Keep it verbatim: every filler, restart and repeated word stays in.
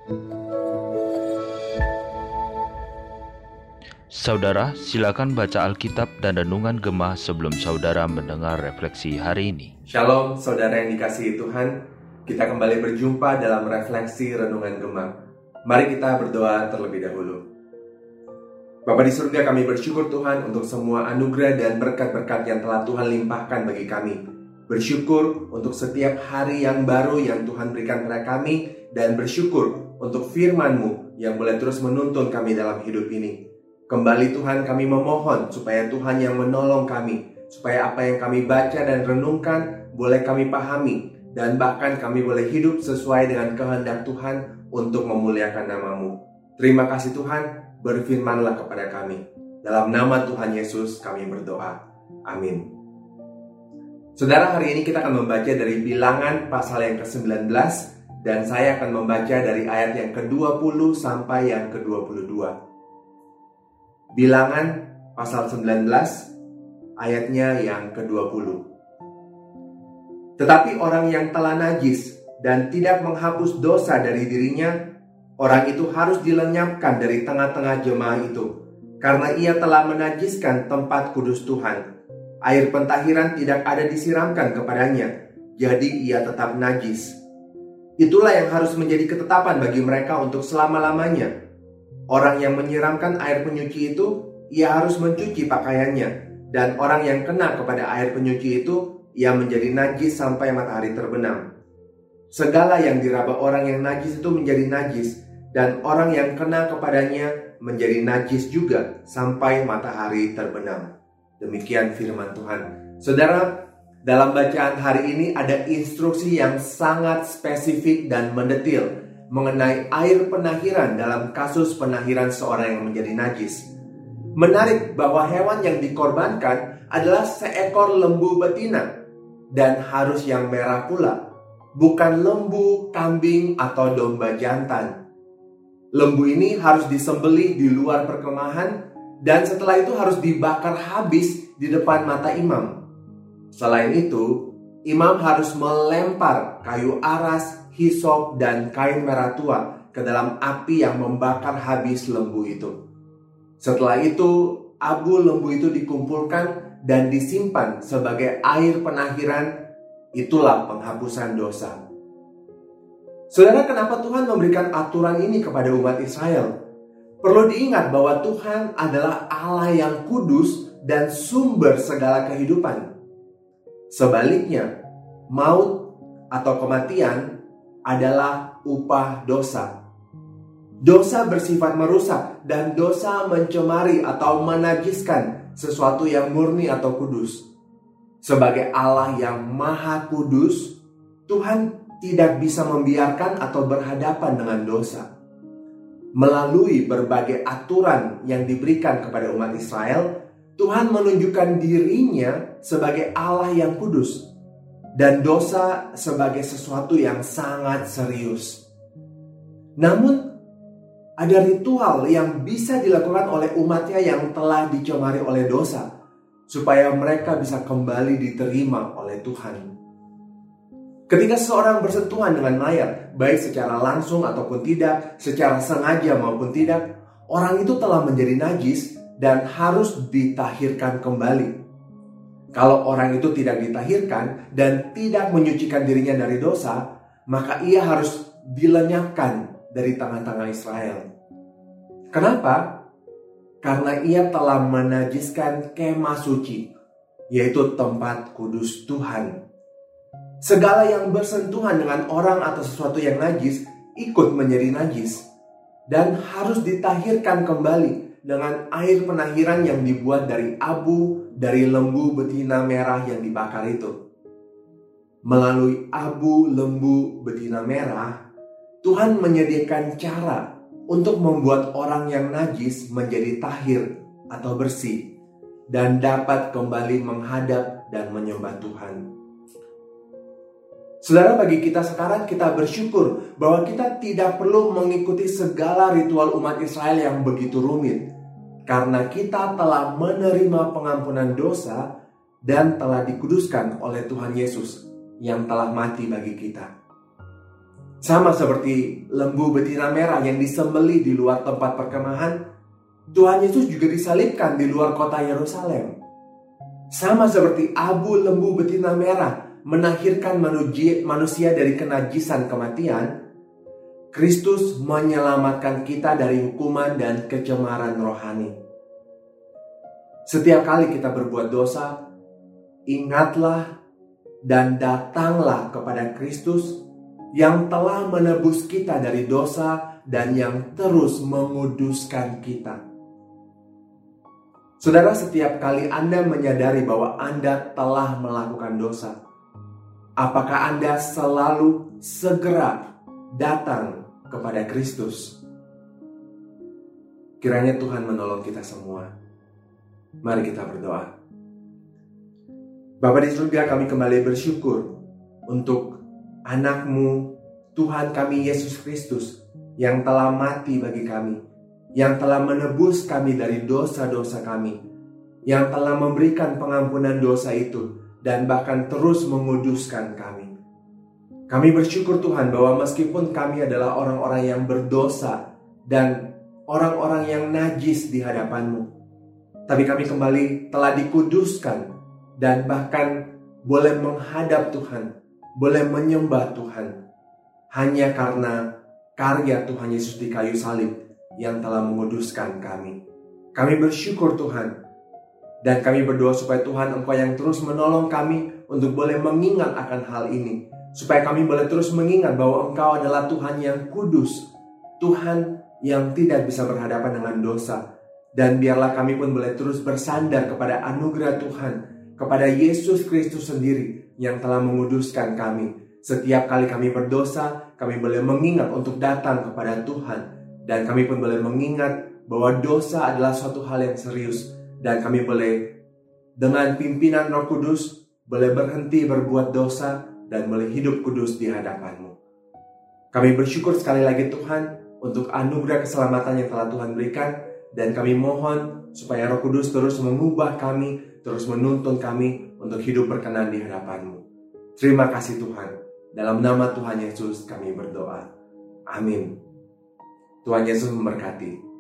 Saudara, silakan baca Alkitab dan Renungan Gemah sebelum saudara mendengar refleksi hari ini. Shalom saudara yang dikasihi Tuhan, kita kembali berjumpa dalam refleksi Renungan Gemah. Mari kita berdoa terlebih dahulu. Bapa di surga, kami bersyukur Tuhan untuk semua anugerah dan berkat-berkat yang telah Tuhan limpahkan bagi kami. Bersyukur untuk setiap hari yang baru yang Tuhan berikan kepada kami, dan bersyukur untuk firman-Mu yang boleh terus menuntun kami dalam hidup ini. Kembali Tuhan, kami memohon supaya Tuhan yang menolong kami, supaya apa yang kami baca dan renungkan boleh kami pahami, dan bahkan kami boleh hidup sesuai dengan kehendak Tuhan untuk memuliakan nama-Mu. Terima kasih Tuhan, berfirmanlah kepada kami. Dalam nama Tuhan Yesus kami berdoa. Amin. Saudara, hari ini kita akan membaca dari Bilangan pasal yang kesembilan belas, dan saya akan membaca dari ayat yang kedua puluh sampai yang kedua puluh dua. Bilangan pasal sembilan belas, ayatnya yang kedua puluh. Tetapi orang yang telah najis dan tidak menghapus dosa dari dirinya, orang itu harus dilenyapkan dari tengah-tengah jemaah itu, karena ia telah menajiskan tempat kudus Tuhan. Air pentahiran tidak ada disiramkan kepadanya, jadi ia tetap najis. Itulah yang harus menjadi ketetapan bagi mereka untuk selama-lamanya. Orang yang menyiramkan air penyuci itu, ia harus mencuci pakaiannya, dan orang yang kena kepada air penyuci itu, ia menjadi najis sampai matahari terbenam. Segala yang diraba orang yang najis itu menjadi najis, dan orang yang kena kepadanya menjadi najis juga sampai matahari terbenam. Demikian firman Tuhan. Saudara, dalam bacaan hari ini ada instruksi yang sangat spesifik dan mendetil mengenai air penahiran dalam kasus penahiran seorang yang menjadi najis. Menarik bahwa hewan yang dikorbankan adalah seekor lembu betina, dan harus yang merah pula, bukan lembu, kambing, atau domba jantan. Lembu ini harus disembelih di luar perkemahan, dan setelah itu harus dibakar habis di depan mata imam. Selain itu, imam harus melempar kayu aras, hisop, dan kain merah tua ke dalam api yang membakar habis lembu itu. Setelah itu, abu lembu itu dikumpulkan dan disimpan sebagai air penahiran. Itulah penghapusan dosa. Saudara, kenapa Tuhan memberikan aturan ini kepada umat Israel? Perlu diingat bahwa Tuhan adalah Allah yang kudus dan sumber segala kehidupan. Sebaliknya, maut atau kematian adalah upah dosa. Dosa bersifat merusak, dan dosa mencemari atau menajiskan sesuatu yang murni atau kudus. Sebagai Allah yang maha kudus, Tuhan tidak bisa membiarkan atau berhadapan dengan dosa. Melalui berbagai aturan yang diberikan kepada umat Israel, Tuhan menunjukkan dirinya sebagai Allah yang kudus, dan dosa sebagai sesuatu yang sangat serius. Namun, ada ritual yang bisa dilakukan oleh umatnya yang telah dicemari oleh dosa, supaya mereka bisa kembali diterima oleh Tuhan. Ketika seorang bersentuhan dengan mayat, baik secara langsung ataupun tidak, secara sengaja maupun tidak, orang itu telah menjadi najis dan harus ditahirkan kembali. Kalau orang itu tidak ditahirkan dan tidak menyucikan dirinya dari dosa, maka ia harus dilenyapkan dari tengah-tengah Israel. Kenapa? Karena ia telah menajiskan kemah suci, yaitu tempat kudus Tuhan. Segala yang bersentuhan dengan orang atau sesuatu yang najis ikut menjadi najis dan harus ditahirkan kembali dengan air penahiran yang dibuat dari abu dari lembu betina merah yang dibakar itu. Melalui abu lembu betina merah, Tuhan menyediakan cara untuk membuat orang yang najis menjadi tahir atau bersih dan dapat kembali menghadap dan menyembah Tuhan. Saudara, bagi kita sekarang, kita bersyukur bahwa kita tidak perlu mengikuti segala ritual umat Israel yang begitu rumit, karena kita telah menerima pengampunan dosa dan telah dikuduskan oleh Tuhan Yesus yang telah mati bagi kita. Sama seperti lembu betina merah yang disembelih di luar tempat perkemahan, Tuhan Yesus juga disalibkan di luar kota Yerusalem. Sama seperti abu lembu betina merah menahirkan manusia dari kenajisan kematian, Kristus menyelamatkan kita dari hukuman dan kecemaran rohani. Setiap kali kita berbuat dosa, ingatlah dan datanglah kepada Kristus yang telah menebus kita dari dosa dan yang terus menguduskan kita. Saudara, setiap kali Anda menyadari bahwa Anda telah melakukan dosa, apakah Anda selalu segera datang kepada Kristus? Kiranya Tuhan menolong kita semua. Mari kita berdoa. Bapa di surga, kami kembali bersyukur untuk anak-Mu, Tuhan kami Yesus Kristus, yang telah mati bagi kami, yang telah menebus kami dari dosa-dosa kami, yang telah memberikan pengampunan dosa itu, dan bahkan terus menguduskan kami. Kami bersyukur Tuhan bahwa meskipun kami adalah orang-orang yang berdosa dan orang-orang yang najis di hadapan-Mu, tapi kami kembali telah dikuduskan dan bahkan boleh menghadap Tuhan, boleh menyembah Tuhan, hanya karena karya Tuhan Yesus di kayu salib yang telah menguduskan kami. Kami bersyukur Tuhan, dan kami berdoa supaya Tuhan Engkau yang terus menolong kami untuk boleh mengingat akan hal ini, supaya kami boleh terus mengingat bahwa Engkau adalah Tuhan yang kudus, Tuhan yang tidak bisa berhadapan dengan dosa. Dan biarlah kami pun boleh terus bersandar kepada anugerah Tuhan, kepada Yesus Kristus sendiri yang telah menguduskan kami. Setiap kali kami berdosa, kami boleh mengingat untuk datang kepada Tuhan. Dan kami pun boleh mengingat bahwa dosa adalah suatu hal yang serius. Dan kami boleh dengan pimpinan Roh Kudus boleh berhenti berbuat dosa dan boleh hidup kudus di hadapan-Mu. Kami bersyukur sekali lagi Tuhan untuk anugerah keselamatan yang telah Tuhan berikan. Dan kami mohon supaya Roh Kudus terus mengubah kami, terus menuntun kami untuk hidup berkenan di hadapan-Mu. Terima kasih Tuhan. Dalam nama Tuhan Yesus kami berdoa. Amin. Tuhan Yesus memberkati.